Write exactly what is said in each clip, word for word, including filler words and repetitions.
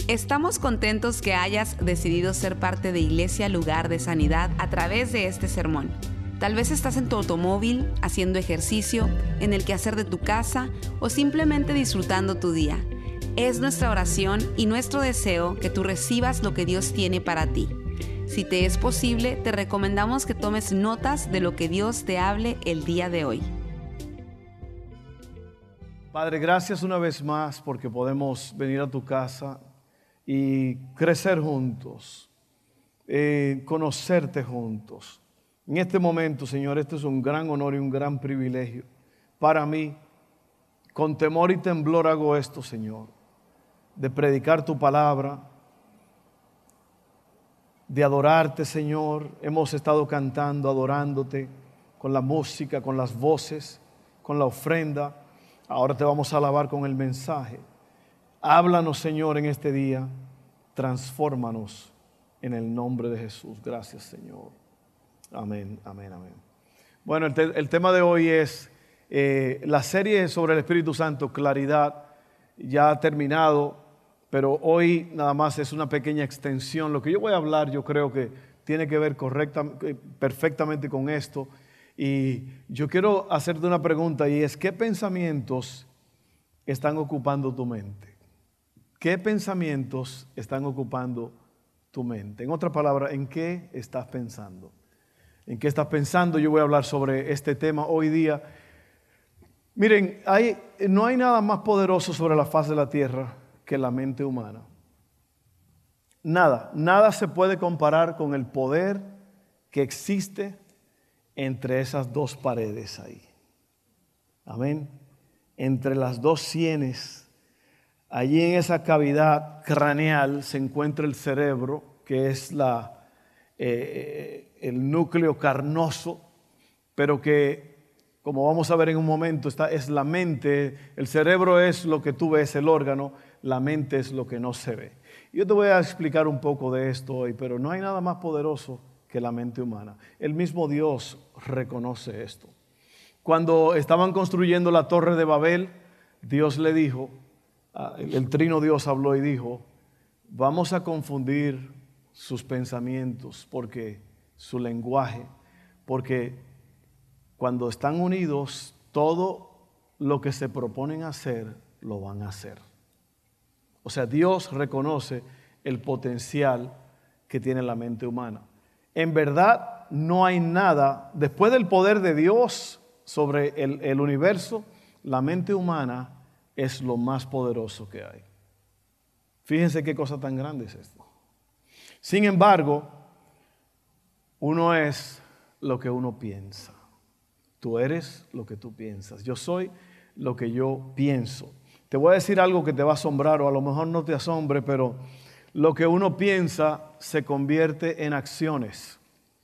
Estamos contentos que hayas decidido ser parte de Iglesia Lugar de Sanidad a través de este sermón. Tal vez estás en tu automóvil, haciendo ejercicio, en el quehacer de tu casa o simplemente disfrutando tu día. Es nuestra oración y nuestro deseo que tú recibas lo que Dios tiene para ti. Si te es posible, te recomendamos que tomes notas de lo que Dios te hable el día de hoy. Padre, gracias una vez más porque podemos venir a tu casa y crecer juntos, eh, conocerte juntos. En este momento, Señor, este es un gran honor y un gran privilegio para mí. Con temor y temblor hago esto, Señor, de predicar tu palabra, de adorarte, Señor. Hemos estado cantando, adorándote con la música, con las voces, con la ofrenda. Ahora te vamos a alabar con el mensaje. Háblanos, Señor, en este día. Transfórmanos en el nombre de Jesús. Gracias, Señor. Amén, amén, amén. Bueno, el, te- el tema de hoy es eh, la serie sobre el Espíritu Santo, Claridad. Ya ha terminado, pero hoy nada más es una pequeña extensión. Lo que yo voy a hablar, yo creo que tiene que ver correcta, perfectamente con esto. Y yo quiero hacerte una pregunta, y es: ¿qué pensamientos están ocupando tu mente? ¿Qué pensamientos están ocupando tu mente? En otras palabras, ¿en qué estás pensando? ¿En qué estás pensando? Yo voy a hablar sobre este tema hoy día. Miren, hay, no hay nada más poderoso sobre la faz de la tierra que la mente humana. Nada, nada se puede comparar con el poder que existe entre esas dos paredes ahí. Amén. Entre las dos sienes, allí en esa cavidad craneal se encuentra el cerebro, que es la, eh, el núcleo carnoso, pero que, como vamos a ver en un momento, está, es la mente. El cerebro es lo que tú ves, el órgano, la mente es lo que no se ve. Yo te voy a explicar un poco de esto hoy, pero no hay nada más poderoso que la mente humana. El mismo Dios reconoce esto. Cuando estaban construyendo la Torre de Babel, Dios le dijo, el trino Dios habló y dijo: vamos a confundir sus pensamientos, porque su lenguaje, porque cuando están unidos, todo lo que se proponen hacer, lo van a hacer. O sea, Dios reconoce el potencial que tiene la mente humana. En verdad, no hay nada, después del poder de Dios sobre el, el universo, la mente humana es lo más poderoso que hay. Fíjense qué cosa tan grande es esto. Sin embargo, uno es lo que uno piensa. Tú eres lo que tú piensas. Yo soy lo que yo pienso. Te voy a decir algo que te va a asombrar, o a lo mejor no te asombre, pero lo que uno piensa se convierte en acciones.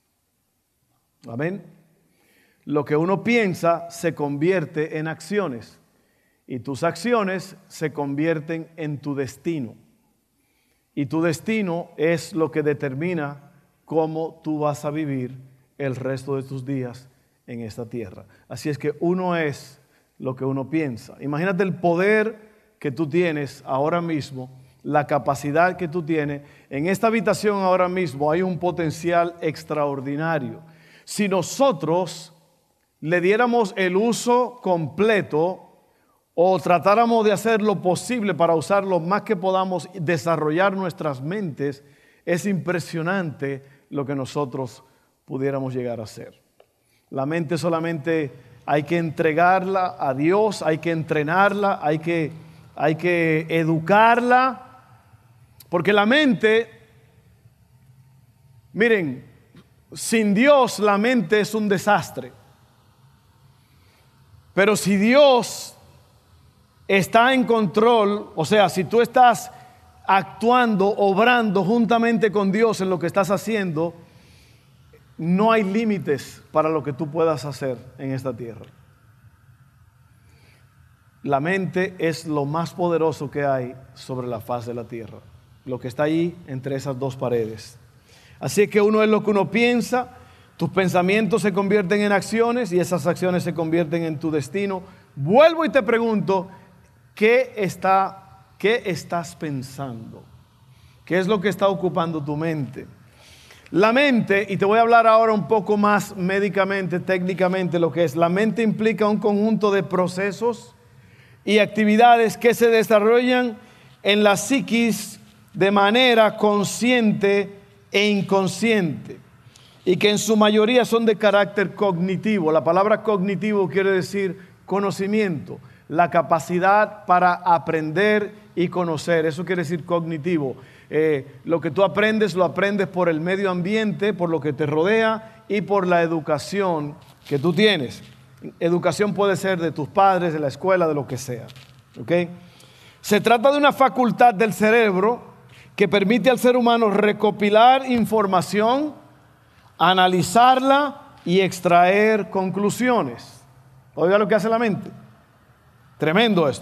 Amén. Lo que uno piensa se convierte en acciones. Y tus acciones se convierten en tu destino. Y tu destino es lo que determina cómo tú vas a vivir el resto de tus días en esta tierra. Así es que uno es lo que uno piensa. Imagínate el poder que tú tienes ahora mismo, la capacidad que tú tienes. En esta habitación ahora mismo hay un potencial extraordinario. Si nosotros le diéramos el uso completo o tratáramos de hacer lo posible para usar lo más que podamos, desarrollar nuestras mentes, es impresionante lo que nosotros pudiéramos llegar a hacer. La mente solamente hay que entregarla a Dios, hay que entrenarla, hay que, hay que educarla, porque la mente, miren, sin Dios la mente es un desastre. Pero si Dios está en control, o sea, si tú estás actuando, obrando juntamente con Dios en lo que estás haciendo, no hay límites para lo que tú puedas hacer en esta tierra. La mente es lo más poderoso que hay sobre la faz de la tierra, lo que está ahí entre esas dos paredes. Así que uno es lo que uno piensa, tus pensamientos se convierten en acciones y esas acciones se convierten en tu destino. Vuelvo y te pregunto, ¿qué está, qué estás pensando? ¿Qué es lo que está ocupando tu mente? La mente, y te voy a hablar ahora un poco más médicamente, técnicamente, lo que es. La mente implica un conjunto de procesos y actividades que se desarrollan en la psiquis de manera consciente e inconsciente, y que en su mayoría son de carácter cognitivo. La palabra cognitivo quiere decir conocimiento, la capacidad para aprender y conocer. Eso quiere decir cognitivo. Eh, lo que tú aprendes, lo aprendes por el medio ambiente, por lo que te rodea y por la educación que tú tienes. Educación puede ser de tus padres, de la escuela, de lo que sea. ¿Okay? Se trata de una facultad del cerebro que permite al ser humano recopilar información, analizarla y extraer conclusiones. Oiga lo que hace la mente. Tremendo esto.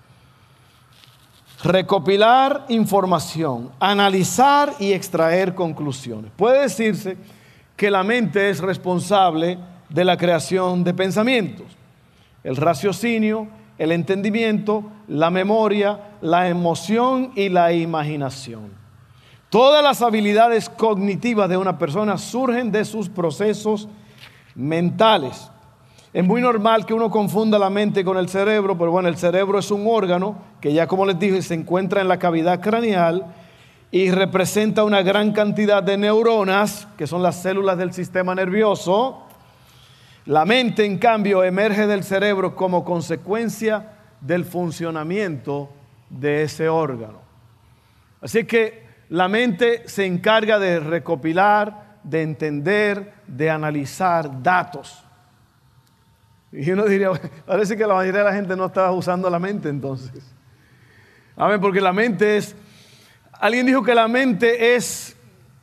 Recopilar información, analizar y extraer conclusiones. Puede decirse que la mente es responsable de la creación de pensamientos, el raciocinio, el entendimiento, la memoria, la emoción y la imaginación. Todas las habilidades cognitivas de una persona surgen de sus procesos mentales. Es muy normal que uno confunda la mente con el cerebro, pero bueno, el cerebro es un órgano que ya como les dije se encuentra en la cavidad craneal y representa una gran cantidad de neuronas, que son las células del sistema nervioso. La mente, en cambio, emerge del cerebro como consecuencia del funcionamiento de ese órgano. Así que la mente se encarga de recopilar, de entender, de analizar datos. Y uno diría, parece que la mayoría de la gente no está usando la mente entonces. Amén, porque la mente es, alguien dijo que la mente es,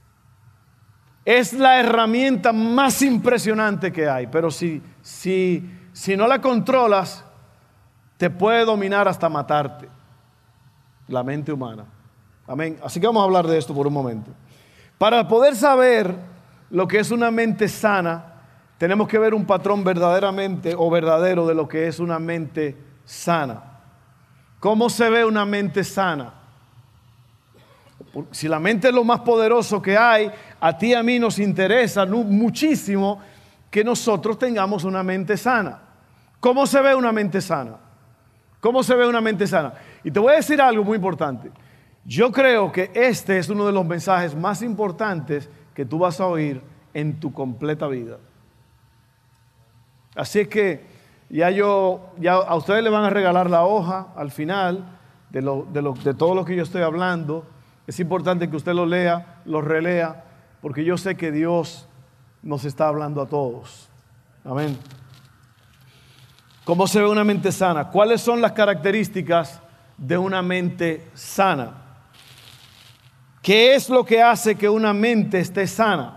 es la herramienta más impresionante que hay, pero si, si, si no la controlas, te puede dominar hasta matarte. La mente humana. Amén. Así que vamos a hablar de esto por un momento. Para poder saber lo que es una mente sana, tenemos que ver un patrón verdaderamente o verdadero de lo que es una mente sana. ¿Cómo se ve una mente sana? Si la mente es lo más poderoso que hay, a ti y a mí nos interesa muchísimo que nosotros tengamos una mente sana. ¿Cómo se ve una mente sana? ¿Cómo se ve una mente sana? Y te voy a decir algo muy importante. Yo creo que este es uno de los mensajes más importantes que tú vas a oír en tu completa vida. Así es que ya yo, ya a ustedes le van a regalar la hoja al final de, lo, de, lo, de todo lo que yo estoy hablando. Es importante que usted lo lea, lo relea, porque yo sé que Dios nos está hablando a todos. Amén. ¿Cómo se ve una mente sana? ¿Cuáles son las características de una mente sana? ¿Qué es lo que hace que una mente esté sana?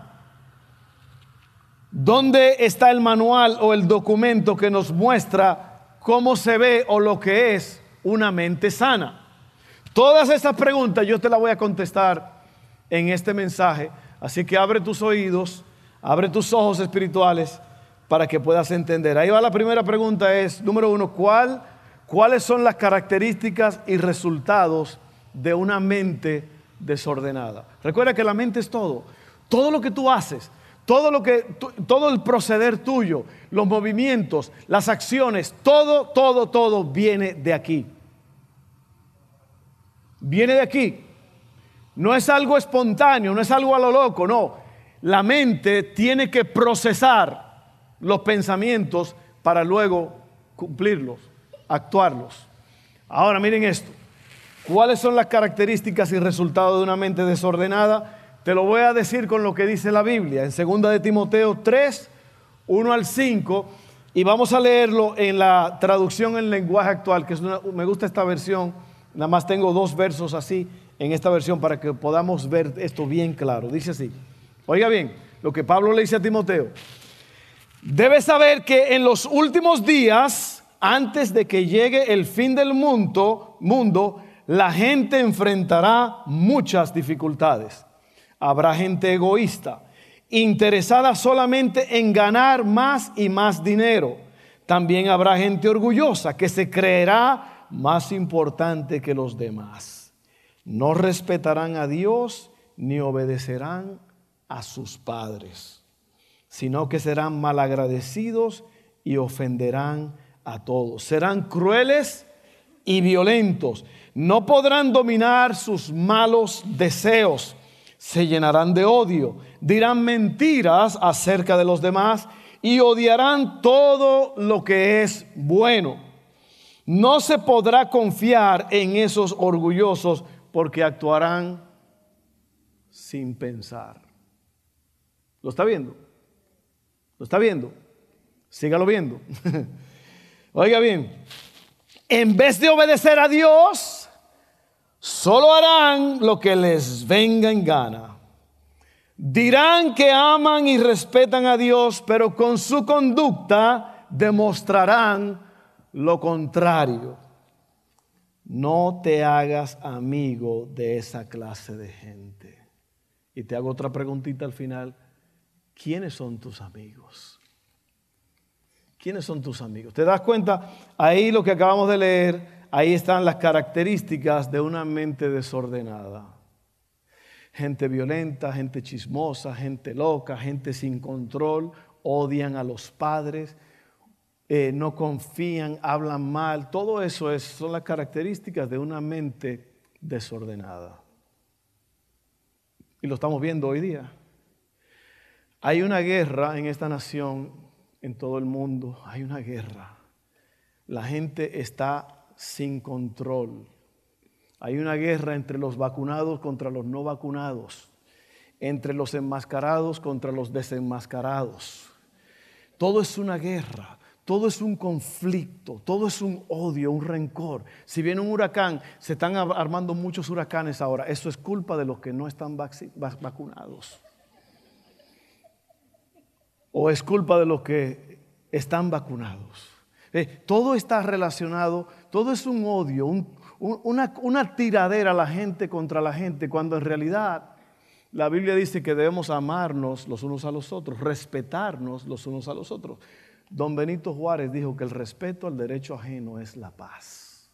¿Dónde está el manual o el documento que nos muestra cómo se ve o lo que es una mente sana? Todas estas preguntas yo te las voy a contestar en este mensaje. Así que abre tus oídos, abre tus ojos espirituales para que puedas entender. Ahí va la primera pregunta, es, número uno, ¿cuál, ¿cuáles son las características y resultados de una mente desordenada? Recuerda que la mente es todo. Todo lo que tú haces, todo lo que, todo el proceder tuyo, los movimientos, las acciones, todo, todo, todo viene de aquí. Viene de aquí. No es algo espontáneo, no es algo a lo loco, no. La mente tiene que procesar los pensamientos para luego cumplirlos, actuarlos. Ahora miren esto. ¿Cuáles son las características y resultados de una mente desordenada? Te lo voy a decir con lo que dice la Biblia, en segunda de Timoteo tres, uno al cinco, y vamos a leerlo en la traducción en lenguaje actual, que es una, me gusta esta versión, nada más tengo dos versos así en esta versión para que podamos ver esto bien claro. Dice así, oiga bien, lo que Pablo le dice a Timoteo, debes saber que en los últimos días, antes de que llegue el fin del mundo, mundo, la gente enfrentará muchas dificultades. Habrá gente egoísta, interesada solamente en ganar más y más dinero. También habrá gente orgullosa que se creerá más importante que los demás. No respetarán a Dios ni obedecerán a sus padres, sino que serán malagradecidos y ofenderán a todos. Serán crueles y violentos. No podrán dominar sus malos deseos. Se llenarán de odio. Dirán mentiras acerca de los demás y odiarán todo lo que es bueno. No se podrá confiar en esos orgullosos porque actuarán sin pensar. ¿Lo está viendo? ¿Lo está viendo? Sígalo viendo. Oiga bien, en vez de obedecer a Dios, solo harán lo que les venga en gana. Dirán que aman y respetan a Dios, pero con su conducta demostrarán lo contrario. No te hagas amigo de esa clase de gente. Y te hago otra preguntita al final. ¿Quiénes son tus amigos? ¿Quiénes son tus amigos? ¿Te das cuenta? Ahí lo que acabamos de leer, ahí están las características de una mente desordenada. Gente violenta, gente chismosa, gente loca, gente sin control, odian a los padres, eh, no confían, hablan mal. Todo eso es, son las características de una mente desordenada. Y lo estamos viendo hoy día. Hay una guerra en esta nación, en todo el mundo, hay una guerra. La gente está sin control. Hay una guerra entre los vacunados contra los no vacunados, entre los enmascarados contra los desenmascarados. Todo es una guerra, todo es un conflicto, todo es un odio, un rencor. Si viene un huracán, se están armando muchos huracanes ahora. Eso es culpa de los que no están vacunados. O es culpa de los que están vacunados. Eh, todo está relacionado, todo es un odio, un, un, una, una tiradera a la gente contra la gente, cuando en realidad la Biblia dice que debemos amarnos los unos a los otros, respetarnos los unos a los otros. Don Benito Juárez dijo que el respeto al derecho ajeno es la paz.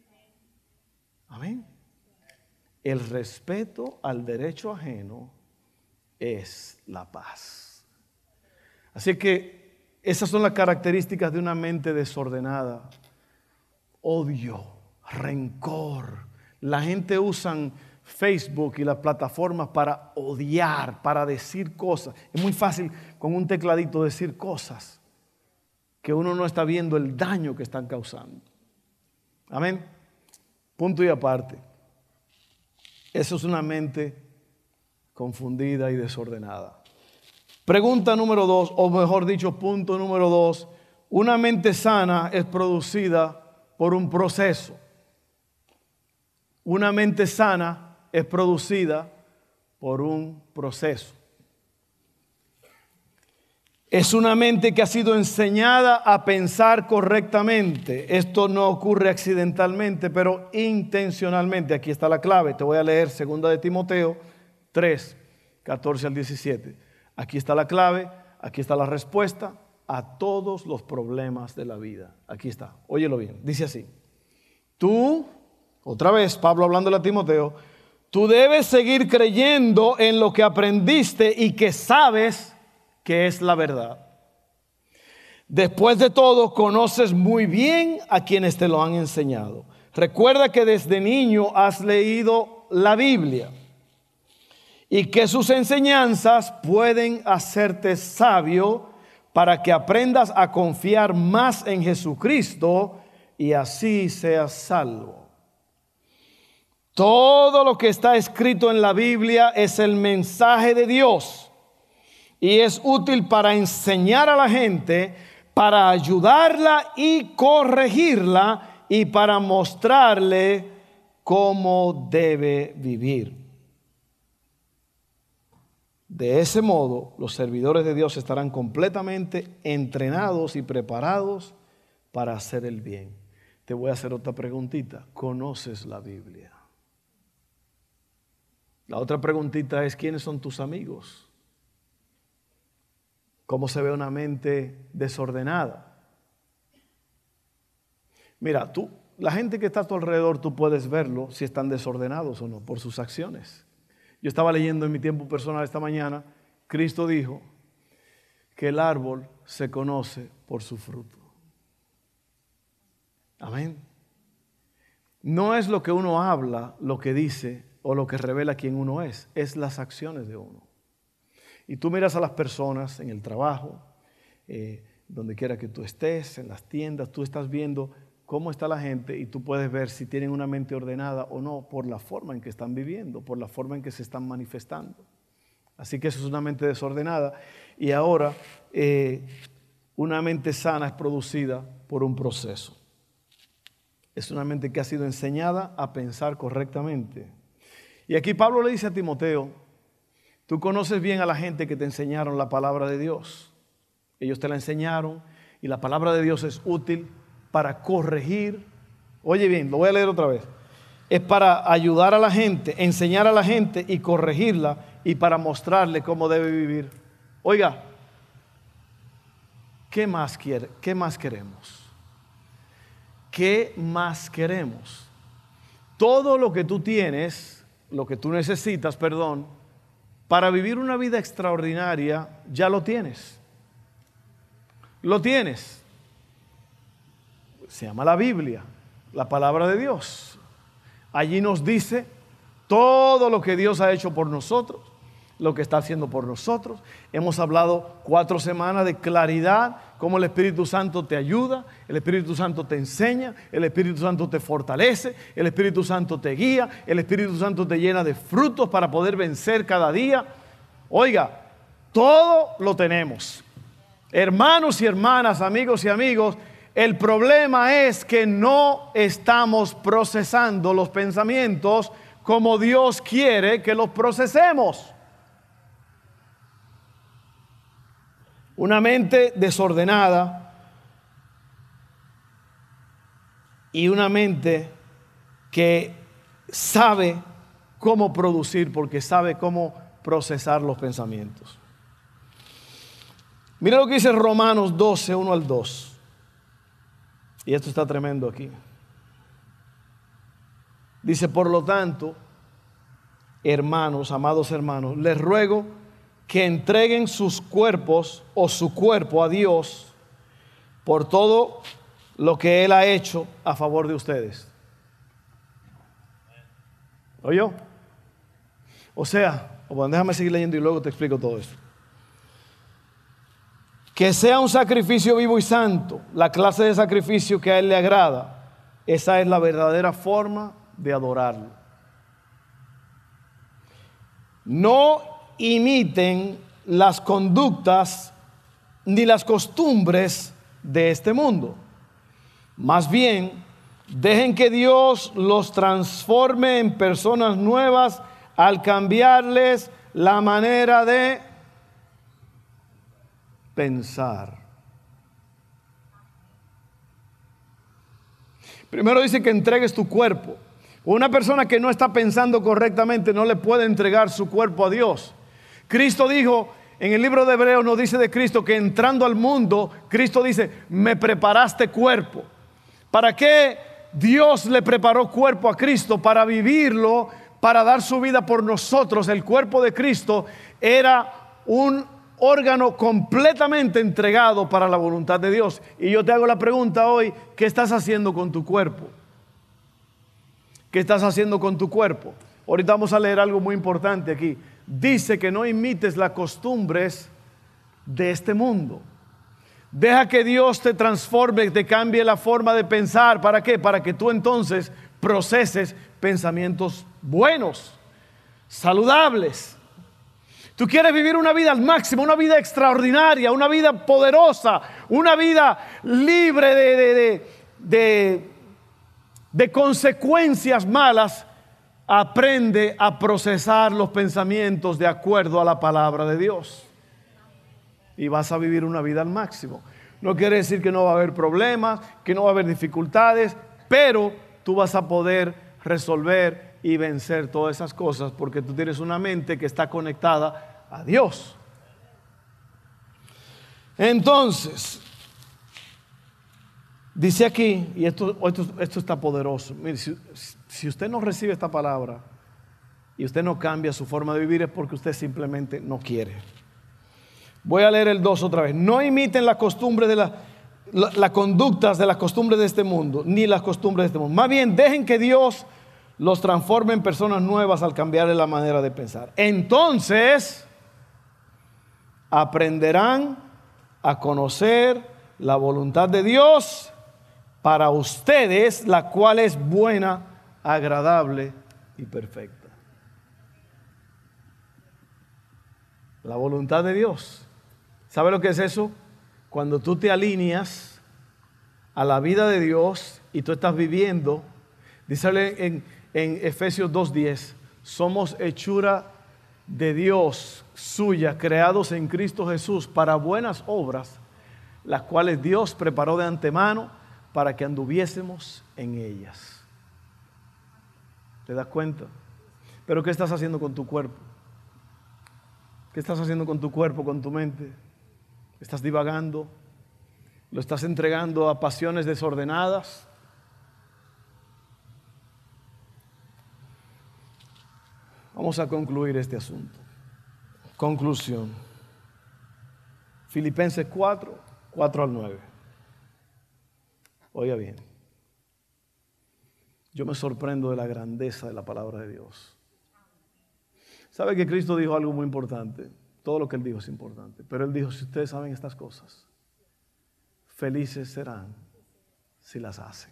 Amén. El respeto al derecho ajeno es la paz. Así que esas son las características de una mente desordenada. Odio, rencor. La gente usa Facebook y las plataformas para odiar, para decir cosas. Es muy fácil con un tecladito decir cosas que uno no está viendo el daño que están causando. Amén. Punto y aparte. Eso es una mente confundida y desordenada. Pregunta número dos, o mejor dicho, punto número dos. Una mente sana es producida por un proceso. Una mente sana es producida por un proceso. Es una mente que ha sido enseñada a pensar correctamente. Esto no ocurre accidentalmente, pero intencionalmente. Aquí está la clave. Te voy a leer segunda de Timoteo tres, catorce al diecisiete. Aquí está la clave, aquí está la respuesta a todos los problemas de la vida. Aquí está, óyelo bien, dice así. Tú, otra vez Pablo hablándole a Timoteo, tú debes seguir creyendo en lo que aprendiste y que sabes que es la verdad. Después de todo, conoces muy bien a quienes te lo han enseñado. Recuerda que desde niño has leído la Biblia y que sus enseñanzas pueden hacerte sabio para que aprendas a confiar más en Jesucristo y así seas salvo. Todo lo que está escrito en la Biblia es el mensaje de Dios y es útil para enseñar a la gente, para ayudarla y corregirla y para mostrarle cómo debe vivir. De ese modo, los servidores de Dios estarán completamente entrenados y preparados para hacer el bien. Te voy a hacer otra preguntita. ¿Conoces la Biblia? La otra preguntita es, ¿quiénes son tus amigos? ¿Cómo se ve una mente desordenada? Mira, tú, la gente que está a tu alrededor, tú puedes verlo si están desordenados o no, por sus acciones. Yo estaba leyendo en mi tiempo personal esta mañana, Cristo dijo que el árbol se conoce por su fruto. Amén. No es lo que uno habla, lo que dice o lo que revela quién uno es, es las acciones de uno. Y tú miras a las personas en el trabajo, eh, donde quiera que tú estés, en las tiendas, tú estás viendo cómo está la gente y tú puedes ver si tienen una mente ordenada o no por la forma en que están viviendo, por la forma en que se están manifestando. Así que eso es una mente desordenada. Y ahora eh, una mente sana es producida por un proceso. Es una mente que ha sido enseñada a pensar correctamente. Y aquí Pablo le dice a Timoteo, tú conoces bien a la gente que te enseñaron la palabra de Dios. Ellos te la enseñaron y la palabra de Dios es útil para corregir. Oye bien, lo voy a leer otra vez. Es para ayudar a la gente, enseñar a la gente y corregirla y para mostrarle cómo debe vivir. Oiga, ¿qué más quiere? ¿Qué más queremos? ¿Qué más queremos? Todo lo que tú tienes, lo que tú necesitas, perdón, para vivir una vida extraordinaria, ya lo tienes. Lo tienes. Se llama la Biblia, la palabra de Dios. Allí nos dice todo lo que Dios ha hecho por nosotros, lo que está haciendo por nosotros. Hemos hablado cuatro semanas de claridad, cómo el Espíritu Santo te ayuda, el Espíritu Santo te enseña, el Espíritu Santo te fortalece, el Espíritu Santo te guía, el Espíritu Santo te llena de frutos para poder vencer cada día. Oiga, todo lo tenemos. Hermanos y hermanas, amigos y amigos, el problema es que no estamos procesando los pensamientos como Dios quiere que los procesemos. Una mente desordenada y una mente que sabe cómo producir, porque sabe cómo procesar los pensamientos. Mira lo que dice Romanos doce, uno al dos. Y esto está tremendo aquí. Dice, por lo tanto, hermanos, amados hermanos, les ruego que entreguen sus cuerpos o su cuerpo a Dios por todo lo que Él ha hecho a favor de ustedes. ¿Oyó? O sea, bueno, déjame seguir leyendo y luego te explico todo esto. Que sea un sacrificio vivo y santo, la clase de sacrificio que a Él le agrada. Esa es la verdadera forma de adorarlo. No imiten las conductas ni las costumbres de este mundo. Más bien, dejen que Dios los transforme en personas nuevas al cambiarles la manera de pensar. Primero dice que entregues tu cuerpo. Una persona que no está pensando correctamente no le puede entregar su cuerpo a Dios. Cristo dijo, en el libro de Hebreos nos dice de Cristo que entrando al mundo, Cristo dice, me preparaste cuerpo. ¿Para qué Dios le preparó cuerpo a Cristo? Para vivirlo, para dar su vida por nosotros. El cuerpo de Cristo era un órgano completamente entregado para la voluntad de Dios. Y yo te hago la pregunta hoy, ¿qué estás haciendo con tu cuerpo? ¿Qué estás haciendo con tu cuerpo? Ahorita vamos a leer algo muy importante aquí. Dice que no imites las costumbres de este mundo. Deja que Dios te transforme, te cambie la forma de pensar. ¿Para qué? Para que tú entonces proceses pensamientos buenos, saludables. Tú quieres vivir una vida al máximo, una vida extraordinaria, una vida poderosa, una vida libre de, de, de, de, de consecuencias malas. Aprende a procesar los pensamientos de acuerdo a la palabra de Dios. Y vas a vivir una vida al máximo. No quiere decir que no va a haber problemas, que no va a haber dificultades, pero tú vas a poder resolver y vencer todas esas cosas porque tú tienes una mente que está conectada a Dios. Entonces, Dice aquí, y esto, esto, esto está poderoso. Mire, si, si usted no recibe esta palabra y usted no cambia su forma de vivir, es porque usted simplemente no quiere. Voy a leer el dos otra vez. No imiten las costumbres de la, la, las conductas de las costumbres de este mundo, ni las costumbres de este mundo. Más bien, dejen que Dios los transforme en personas nuevas al cambiarle la manera de pensar. Entonces, aprenderán a conocer la voluntad de Dios para ustedes, la cual es buena, agradable y perfecta. La voluntad de Dios. ¿Sabe lo que es eso? Cuando tú te alineas a la vida de Dios y tú estás viviendo, dice en, en Efesios dos diez, somos hechura de Dios, suya, creados en Cristo Jesús para buenas obras, las cuales Dios preparó de antemano para que anduviésemos en ellas. ¿Te das cuenta? Pero ¿qué estás haciendo con tu cuerpo? ¿Qué estás haciendo con tu cuerpo, con tu mente? ¿Estás divagando? ¿Lo estás entregando a pasiones desordenadas? Vamos a concluir este asunto. Conclusión. Filipenses cuatro, cuatro al nueve. Oiga bien. Yo me sorprendo de la grandeza de la palabra de Dios. ¿Sabe que Cristo dijo algo muy importante? Todo lo que Él dijo es importante. Pero Él dijo, si ustedes saben estas cosas, felices serán si las hacen.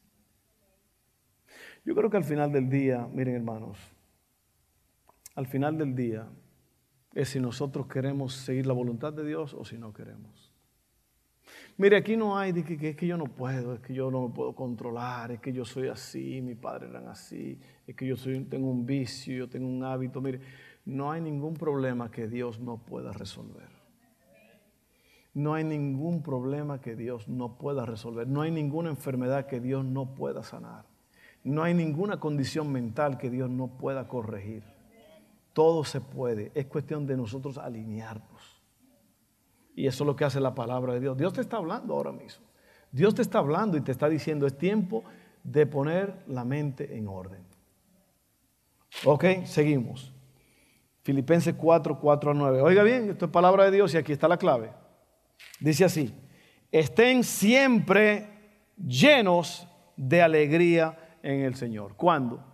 Yo creo que al final del día, miren hermanos, al final del día es si nosotros queremos seguir la voluntad de Dios o si no queremos. Mire, aquí no hay de que, que es que yo no puedo, es que yo no me puedo controlar, es que yo soy así, mis padres eran así, es que yo soy, tengo un vicio, yo tengo un hábito. Mire, no hay ningún problema que Dios no pueda resolver. No hay ningún problema que Dios no pueda resolver. No hay ninguna enfermedad que Dios no pueda sanar. No hay ninguna condición mental que Dios no pueda corregir. Todo se puede. Es cuestión de nosotros alinearnos. Y eso es lo que hace la palabra de Dios. Dios te está hablando ahora mismo. Dios te está hablando y te está diciendo, es tiempo de poner la mente en orden. Ok, seguimos. Filipenses cuatro, cuatro a nueve. Oiga bien, esto es palabra de Dios y aquí está la clave. Dice así, estén siempre llenos de alegría en el Señor. ¿Cuándo?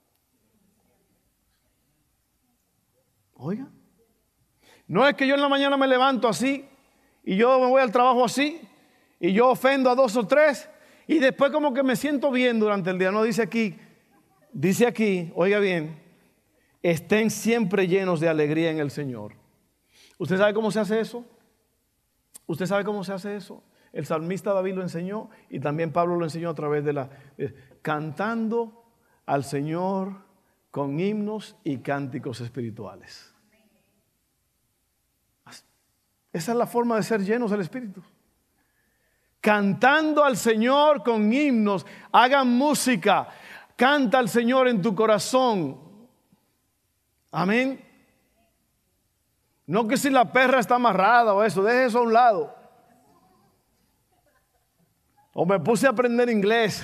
Oiga, no es que yo en la mañana me levanto así y yo me voy al trabajo así y yo ofendo a dos o tres y después como que me siento bien durante el día. No, dice aquí, dice aquí, oiga bien, estén siempre llenos de alegría en el Señor. ¿Usted sabe cómo se hace eso? ¿Usted sabe cómo se hace eso? El salmista David lo enseñó y también Pablo lo enseñó a través de la, eh, cantando al Señor con himnos y cánticos espirituales. Esa es la forma de ser llenos del Espíritu. Cantando al Señor con himnos. Hagan música. Canta al Señor en tu corazón. Amén. No que si la perra está amarrada o eso, deje eso a un lado. O me puse a aprender inglés.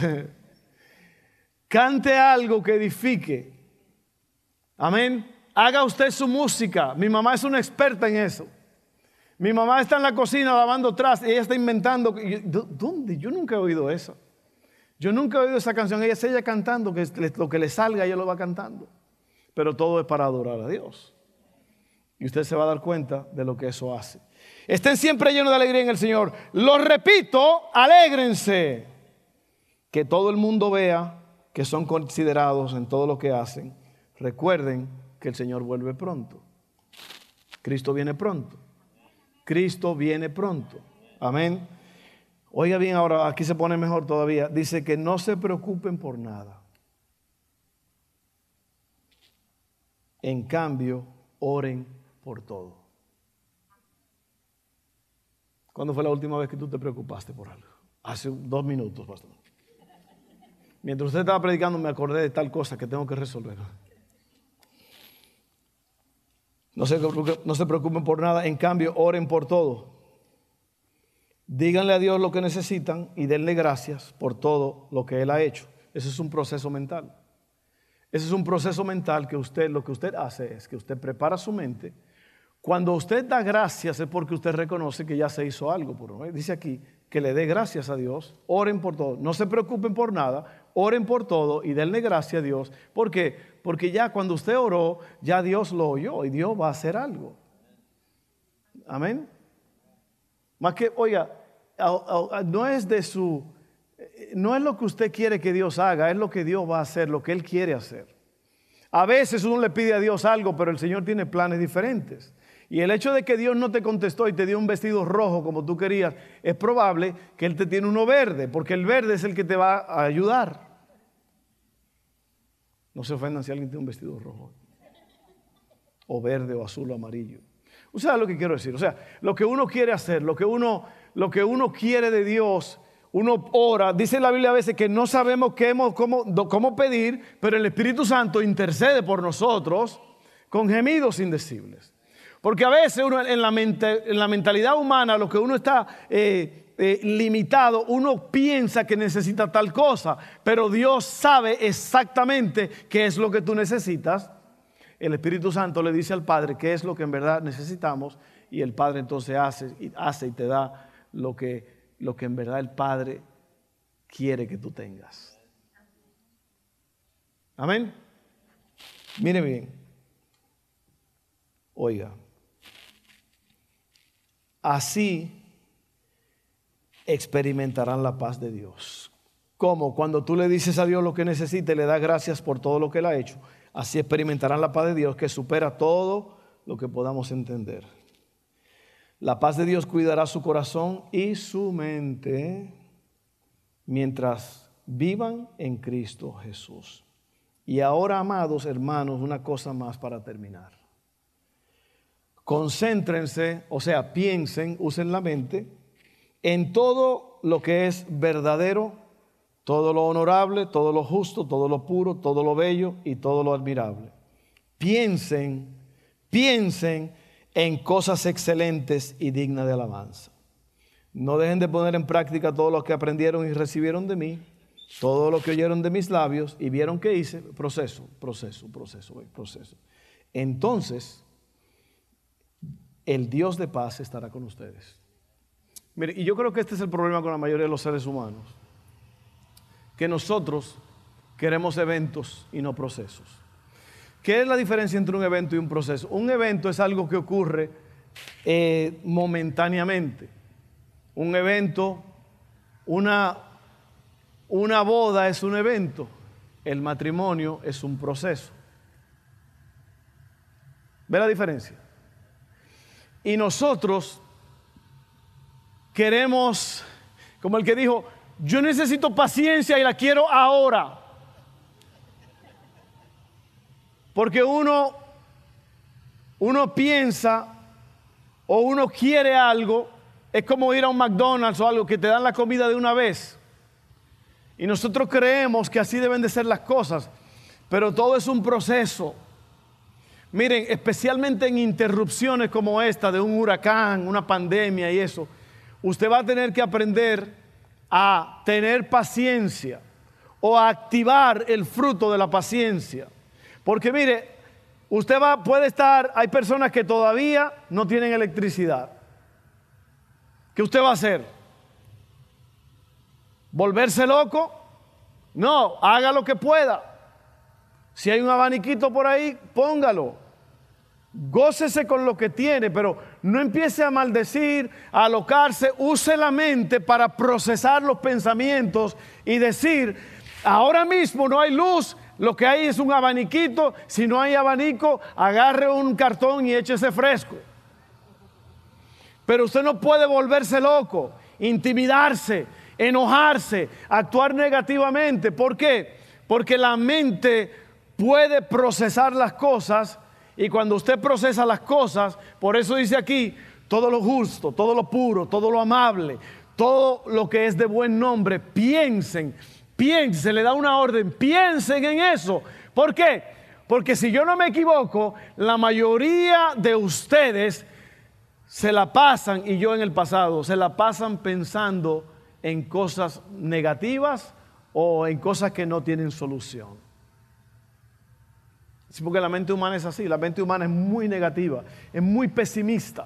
Cante algo que edifique. Amén. Haga usted su música. Mi mamá es una experta en eso. Mi mamá está en la cocina lavando trastes y ella está inventando. ¿Dónde? Yo nunca he oído eso. Yo nunca he oído esa canción. Ella es ella cantando, que lo que le salga ella lo va cantando. Pero todo es para adorar a Dios. Y usted se va a dar cuenta de lo que eso hace. Estén siempre llenos de alegría en el Señor. Lo repito, alégrense. Que todo el mundo vea que son considerados en todo lo que hacen. Recuerden que el Señor vuelve pronto. Cristo viene pronto. Cristo viene pronto. Amén. Oiga bien, ahora aquí se pone mejor todavía. Dice que no se preocupen por nada. En cambio, oren por todo. ¿Cuándo fue la última vez que tú te preocupaste por algo? Hace dos minutos, pastor. Mientras usted estaba predicando me acordé de tal cosa que tengo que resolver. No se, no se preocupen por nada, en cambio, oren por todo. díganle a Dios lo que necesitan y denle gracias por todo lo que Él ha hecho. Ese es un proceso mental. Ese es un proceso mental que usted, lo que usted hace es que usted prepara su mente. Cuando usted da gracias es porque usted reconoce que ya se hizo algo por uno. Dice aquí que le dé gracias a Dios, oren por todo, no se preocupen por nada, oren por todo y denle gracias a Dios. ¿Por qué? Porque ya cuando usted oró, ya Dios lo oyó y Dios va a hacer algo. Amén. Más que, oiga, no es de su, no es lo que usted quiere que Dios haga, es lo que Dios va a hacer, lo que Él quiere hacer. A veces uno le pide a Dios algo, pero el Señor tiene planes diferentes. Y el hecho de que Dios no te contestó y te dio un vestido rojo como tú querías, es probable que Él te tiene uno verde, porque el verde es el que te va a ayudar. No se ofendan si alguien tiene un vestido rojo, o verde, o azul, o amarillo. ¿Usted sabe lo que quiero decir? O sea, lo que uno quiere hacer, lo que uno, lo que uno quiere de Dios, uno ora. Dice la Biblia a veces que no sabemos qué hemos, cómo, cómo pedir, pero el Espíritu Santo intercede por nosotros con gemidos indecibles. Porque a veces uno en la, mente, en la mentalidad humana, lo que uno está eh, eh, limitado, uno piensa que necesita tal cosa, pero Dios sabe exactamente qué es lo que tú necesitas. El Espíritu Santo le dice al Padre qué es lo que en verdad necesitamos y el Padre entonces hace y, hace y te da lo que, lo que en verdad el Padre quiere que tú tengas. Amén. Mire bien. Oiga. Así experimentarán la paz de Dios. Como cuando tú le dices a Dios lo que necesita y le das gracias por todo lo que Él ha hecho, así experimentarán la paz de Dios que supera todo lo que podamos entender. La paz de Dios cuidará su corazón y su mente mientras vivan en Cristo Jesús. Y ahora, amados hermanos, una cosa más para terminar. Concéntrense, o sea, piensen, usen la mente en todo lo que es verdadero, todo lo honorable, todo lo justo, todo lo puro, todo lo bello y todo lo admirable. Piensen, piensen en cosas excelentes y dignas de alabanza. No dejen de poner en práctica todo lo que aprendieron y recibieron de mí, todo lo que oyeron de mis labios y vieron que hice. Proceso, proceso, proceso, proceso. Entonces, el Dios de paz estará con ustedes. Mire, y yo creo que este es el problema con la mayoría de los seres humanos, que nosotros queremos eventos y no procesos. ¿Qué es la diferencia entre un evento y un proceso? Un evento es algo que ocurre eh, momentáneamente. Un evento, una, una boda es un evento. El matrimonio es un proceso. ¿Ve la diferencia? Y nosotros queremos, como el que dijo, yo necesito paciencia y la quiero ahora. Porque uno, uno piensa o uno quiere algo, es como ir a un McDonald's o algo que te dan la comida de una vez. Y nosotros creemos que así deben de ser las cosas, pero todo es un proceso. Miren, especialmente en interrupciones como esta de un huracán, una pandemia y eso, usted va a tener que aprender a tener paciencia o a activar el fruto de la paciencia. Porque mire, usted va, puede estar, hay personas que todavía no tienen electricidad. ¿Qué usted va a hacer? ¿Volverse loco? No, haga lo que pueda. Si hay un abaniquito por ahí, póngalo. Gócese con lo que tiene, pero no empiece a maldecir, a alocarse. Use la mente para procesar los pensamientos y decir, ahora mismo no hay luz, lo que hay es un abaniquito. Si no hay abanico, agarre un cartón y échese fresco. Pero usted no puede volverse loco, intimidarse, enojarse, actuar negativamente. ¿Por qué? Porque la mente puede procesar las cosas, y cuando usted procesa las cosas, por eso dice aquí, todo lo justo, todo lo puro, todo lo amable, todo lo que es de buen nombre, piensen, piensen, le da una orden, piensen en eso. ¿Por qué? Porque si yo no me equivoco, la mayoría de ustedes se la pasan, y yo en el pasado, se la pasan pensando en cosas negativas o en cosas que no tienen solución. Sí, porque la mente humana es así, la mente humana es muy negativa, es muy pesimista.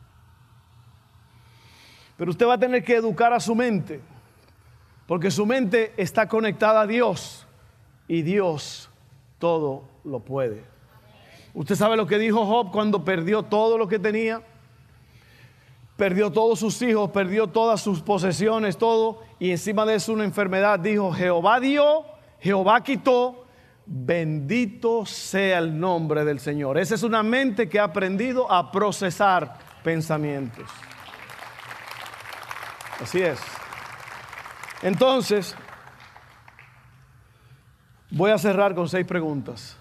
Pero usted va a tener que educar a su mente, porque su mente está conectada a Dios y Dios todo lo puede. Usted sabe lo que dijo Job cuando perdió todo lo que tenía. Perdió todos sus hijos, perdió todas sus posesiones, todo. Y encima de eso una enfermedad. Dijo, Jehová dio, Jehová quitó. Bendito sea el nombre del Señor. Esa es una mente que ha aprendido a procesar pensamientos. Así es. Entonces, voy a cerrar con seis preguntas.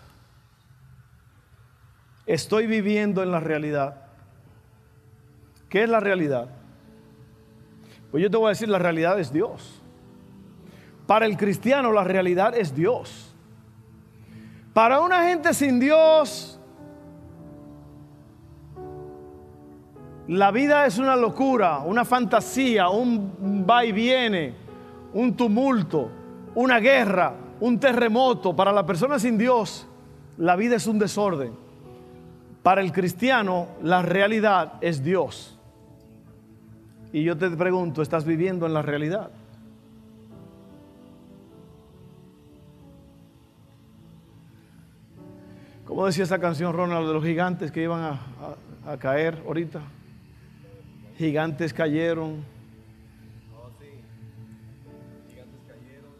¿Estoy viviendo en la realidad? ¿Qué es la realidad? Pues yo te voy a decir, la realidad es Dios. Para el cristiano la realidad es Dios. Para una gente sin Dios, la vida es una locura, una fantasía, un va y viene, un tumulto, una guerra, un terremoto. Para la persona sin Dios, la vida es un desorden. Para el cristiano, la realidad es Dios. Y yo te pregunto, ¿estás viviendo en la realidad? ¿Cómo decía esa canción, Ronald, de los gigantes que iban a, a, a caer ahorita? Gigantes cayeron. Oh, sí. Gigantes cayeron.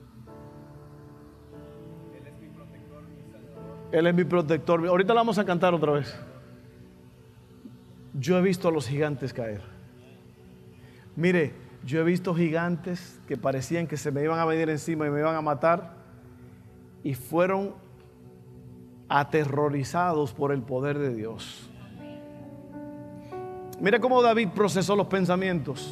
Él es mi protector, mi salvador. Él es mi protector. Ahorita la vamos a cantar otra vez. Yo he visto a los gigantes caer. Mire, yo he visto gigantes que parecían que se me iban a venir encima y me iban a matar, y fueron aterrorizados por el poder de Dios. Mira cómo David procesó los pensamientos.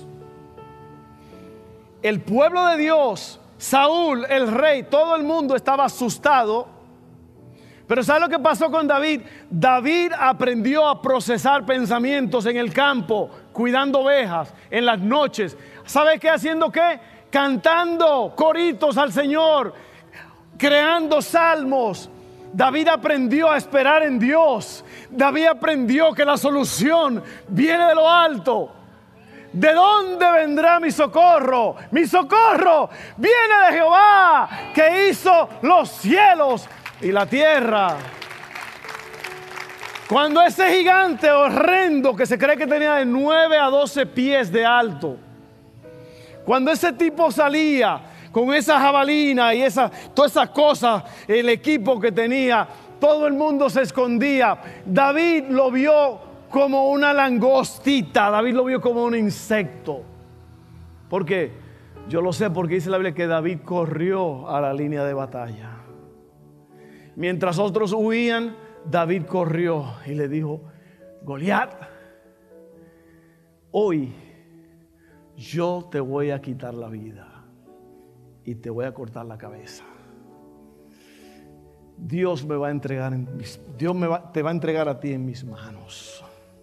El pueblo de Dios, Saúl, el rey, todo el mundo estaba asustado. Pero ¿sabe lo que pasó con David? David aprendió a procesar pensamientos en el campo, cuidando ovejas, en las noches. ¿Sabe qué? ¿Haciendo qué? Cantando coritos al Señor, creando salmos. David aprendió a esperar en Dios. David aprendió que la solución viene de lo alto. ¿De dónde vendrá mi socorro? Mi socorro viene de Jehová, que hizo los cielos y la tierra. Cuando ese gigante horrendo que se cree que tenía de nueve a doce pies de alto, cuando ese tipo salía con esa jabalina y esa, todas esas cosas, el equipo que tenía, todo el mundo se escondía. David lo vio como una langostita, David lo vio como un insecto. ¿Por qué? Yo lo sé porque dice la Biblia que David corrió a la línea de batalla. Mientras otros huían, David corrió y le dijo, Goliat, hoy yo te voy a quitar la vida y te voy a cortar la cabeza. Dios me va a entregar en mis, Dios me va, te va a entregar a ti en mis manos.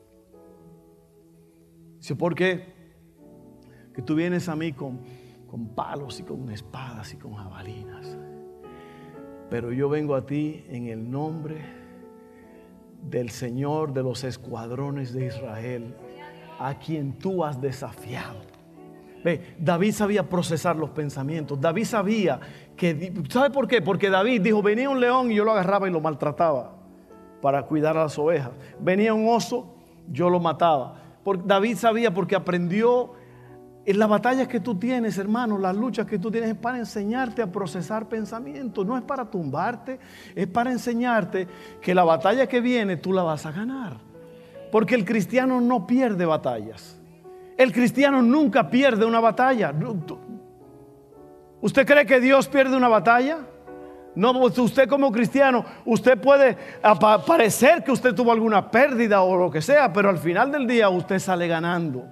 Dice, ¿por qué? Que tú vienes a mí con, con palos y con espadas y con jabalinas. Pero yo vengo a ti en el nombre del Señor de los escuadrones de Israel, a quien tú has desafiado. Ve, David sabía procesar los pensamientos. David sabía que, ¿sabe por qué? Porque David dijo, venía un león y yo lo agarraba y lo maltrataba para cuidar a las ovejas. Venía un oso, yo lo mataba. Porque David sabía, porque aprendió. En las batallas que tú tienes, hermano, las luchas que tú tienes es para enseñarte a procesar pensamientos, no es para tumbarte, es para enseñarte que la batalla que viene tú la vas a ganar. Porque el cristiano no pierde batallas. El cristiano nunca pierde una batalla. ¿Usted cree que Dios pierde una batalla? No, usted como cristiano, usted puede parecer que usted tuvo alguna pérdida o lo que sea, pero al final del día usted sale ganando.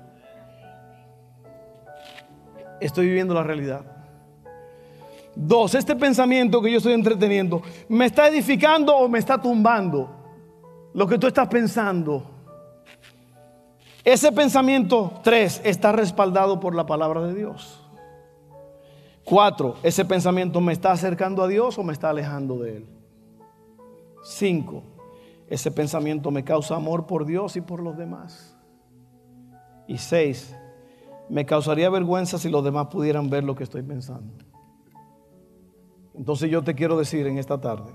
Estoy viviendo la realidad. Dos, este pensamiento que yo estoy entreteniendo, ¿me está edificando o me está tumbando? Lo que tú estás pensando. Ese pensamiento, tres, está respaldado por la palabra de Dios. Cuatro, ese pensamiento me está acercando a Dios o me está alejando de Él. Cinco, ese pensamiento me causa amor por Dios y por los demás. Y seis, me causaría vergüenza si los demás pudieran ver lo que estoy pensando. Entonces yo te quiero decir en esta tarde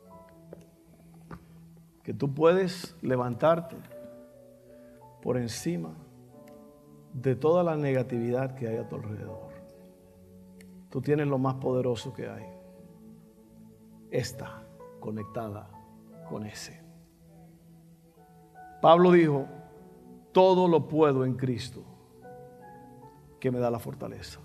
que tú puedes levantarte por encima de toda la negatividad que hay a tu alrededor. Tú tienes lo más poderoso que hay. Está conectada con ese. Pablo dijo, todo lo puedo en Cristo que me da la fortaleza.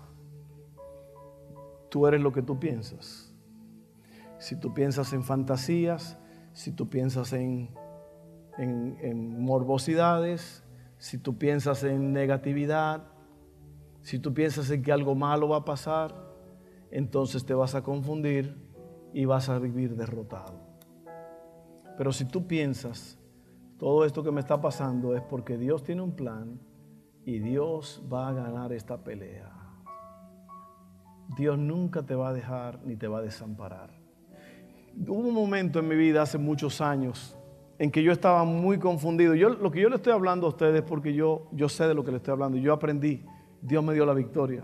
Tú eres lo que tú piensas. Si tú piensas en fantasías, si tú piensas en, en, en morbosidades, si tú piensas en negatividad, si tú piensas en que algo malo va a pasar, entonces te vas a confundir y vas a vivir derrotado. Pero si tú piensas, todo esto que me está pasando es porque Dios tiene un plan y Dios va a ganar esta pelea. Dios nunca te va a dejar ni te va a desamparar. Hubo un momento en mi vida hace muchos años en que yo estaba muy confundido. Yo, lo que yo le estoy hablando a ustedes es porque yo, yo sé de lo que le estoy hablando. Yo aprendí. Dios me dio la victoria.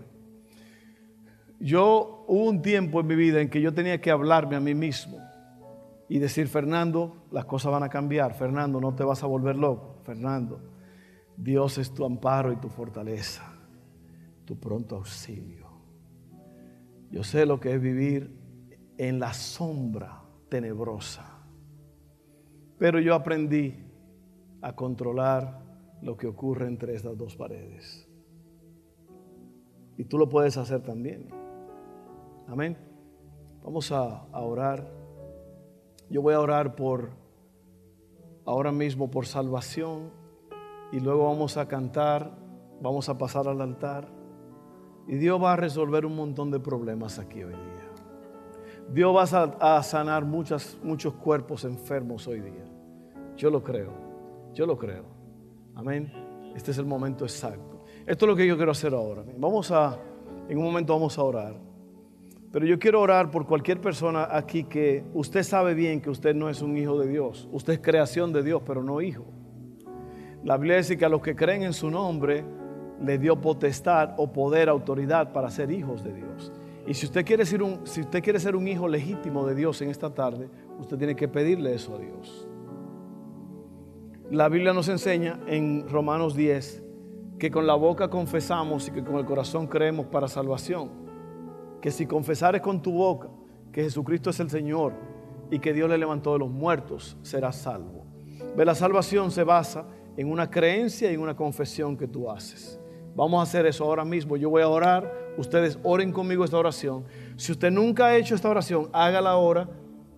Yo hubo un tiempo en mi vida en que yo tenía que hablarme a mí mismo y decir, Fernando, las cosas van a cambiar. Fernando, no te vas a volver loco. Fernando, Dios es tu amparo y tu fortaleza, tu pronto auxilio. Yo sé lo que es vivir en la sombra tenebrosa. Pero yo aprendí a controlar lo que ocurre entre estas dos paredes. Y tú lo puedes hacer también. Amén. Vamos a, a orar. Yo voy a orar por, ahora mismo por salvación. Y luego vamos a cantar, vamos a pasar al altar. Y Dios va a resolver un montón de problemas aquí hoy día. Dios va a sanar muchas, muchos cuerpos enfermos hoy día. Yo lo creo, yo lo creo. Amén. Este es el momento exacto. Esto es lo que yo quiero hacer ahora. Vamos a, en un momento vamos a orar. Pero yo quiero orar por cualquier persona aquí que usted sabe bien que usted no es un hijo de Dios. Usted es creación de Dios, pero no hijo. La Biblia dice que a los que creen en su nombre le dio potestad o poder, autoridad para ser hijos de Dios. Y si usted quiere ser un, si usted quiere ser un hijo legítimo de Dios en esta tarde, usted tiene que pedirle eso a Dios. La Biblia nos enseña en Romanos diez que con la boca confesamos y que con el corazón creemos para salvación. Que si confesares con tu boca que Jesucristo es el Señor y que Dios le levantó de los muertos, serás salvo. Ve, la salvación se basa en una creencia y en una confesión que tú haces. Vamos a hacer eso ahora mismo. Yo voy a orar. Ustedes oren conmigo esta oración. Si usted nunca ha hecho esta oración, hágala ahora.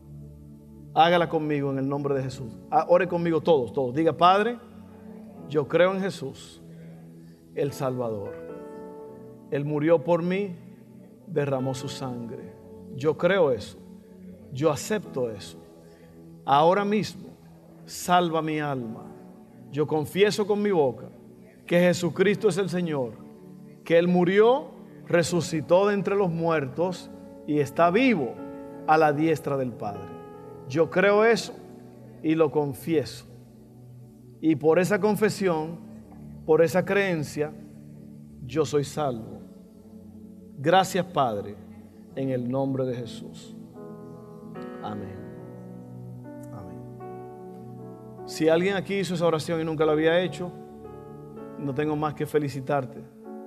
Hágala conmigo en el nombre de Jesús. Ore conmigo todos, todos. Diga, Padre, yo creo en Jesús, el Salvador. Él murió por mí, derramó su sangre. Yo creo eso. Yo acepto eso. Ahora mismo, salva mi alma. Yo confieso con mi boca que Jesucristo es el Señor, que Él murió, resucitó de entre los muertos y está vivo a la diestra del Padre. Yo creo eso y lo confieso. Y por esa confesión, por esa creencia, yo soy salvo. Gracias, Padre, en el nombre de Jesús. Amén. Amén. Si alguien aquí hizo esa oración y nunca lo había hecho, no tengo más que felicitarte,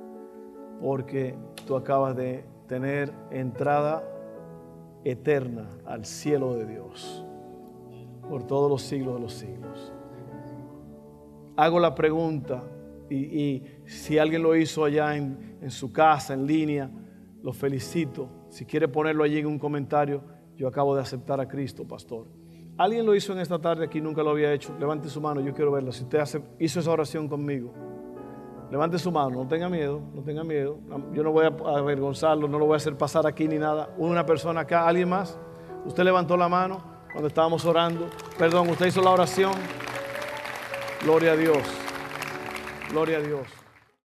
porque tú acabas de tener entrada eterna al cielo de Dios por todos los siglos de los siglos. Hago la pregunta y, y si alguien lo hizo allá en, en su casa, en línea, lo felicito. Si quiere ponerlo allí en un comentario, yo acabo de aceptar a Cristo, pastor. ¿Alguien lo hizo en esta tarde aquí? Nunca lo había hecho. Levante su mano, yo quiero verlo. Si usted hace, hizo esa oración conmigo, levante su mano, no tenga miedo, no tenga miedo. Yo no voy a avergonzarlo, no lo voy a hacer pasar aquí ni nada. Una persona acá, ¿alguien más? Usted levantó la mano cuando estábamos orando. Perdón, usted hizo la oración. Gloria a Dios. Gloria a Dios.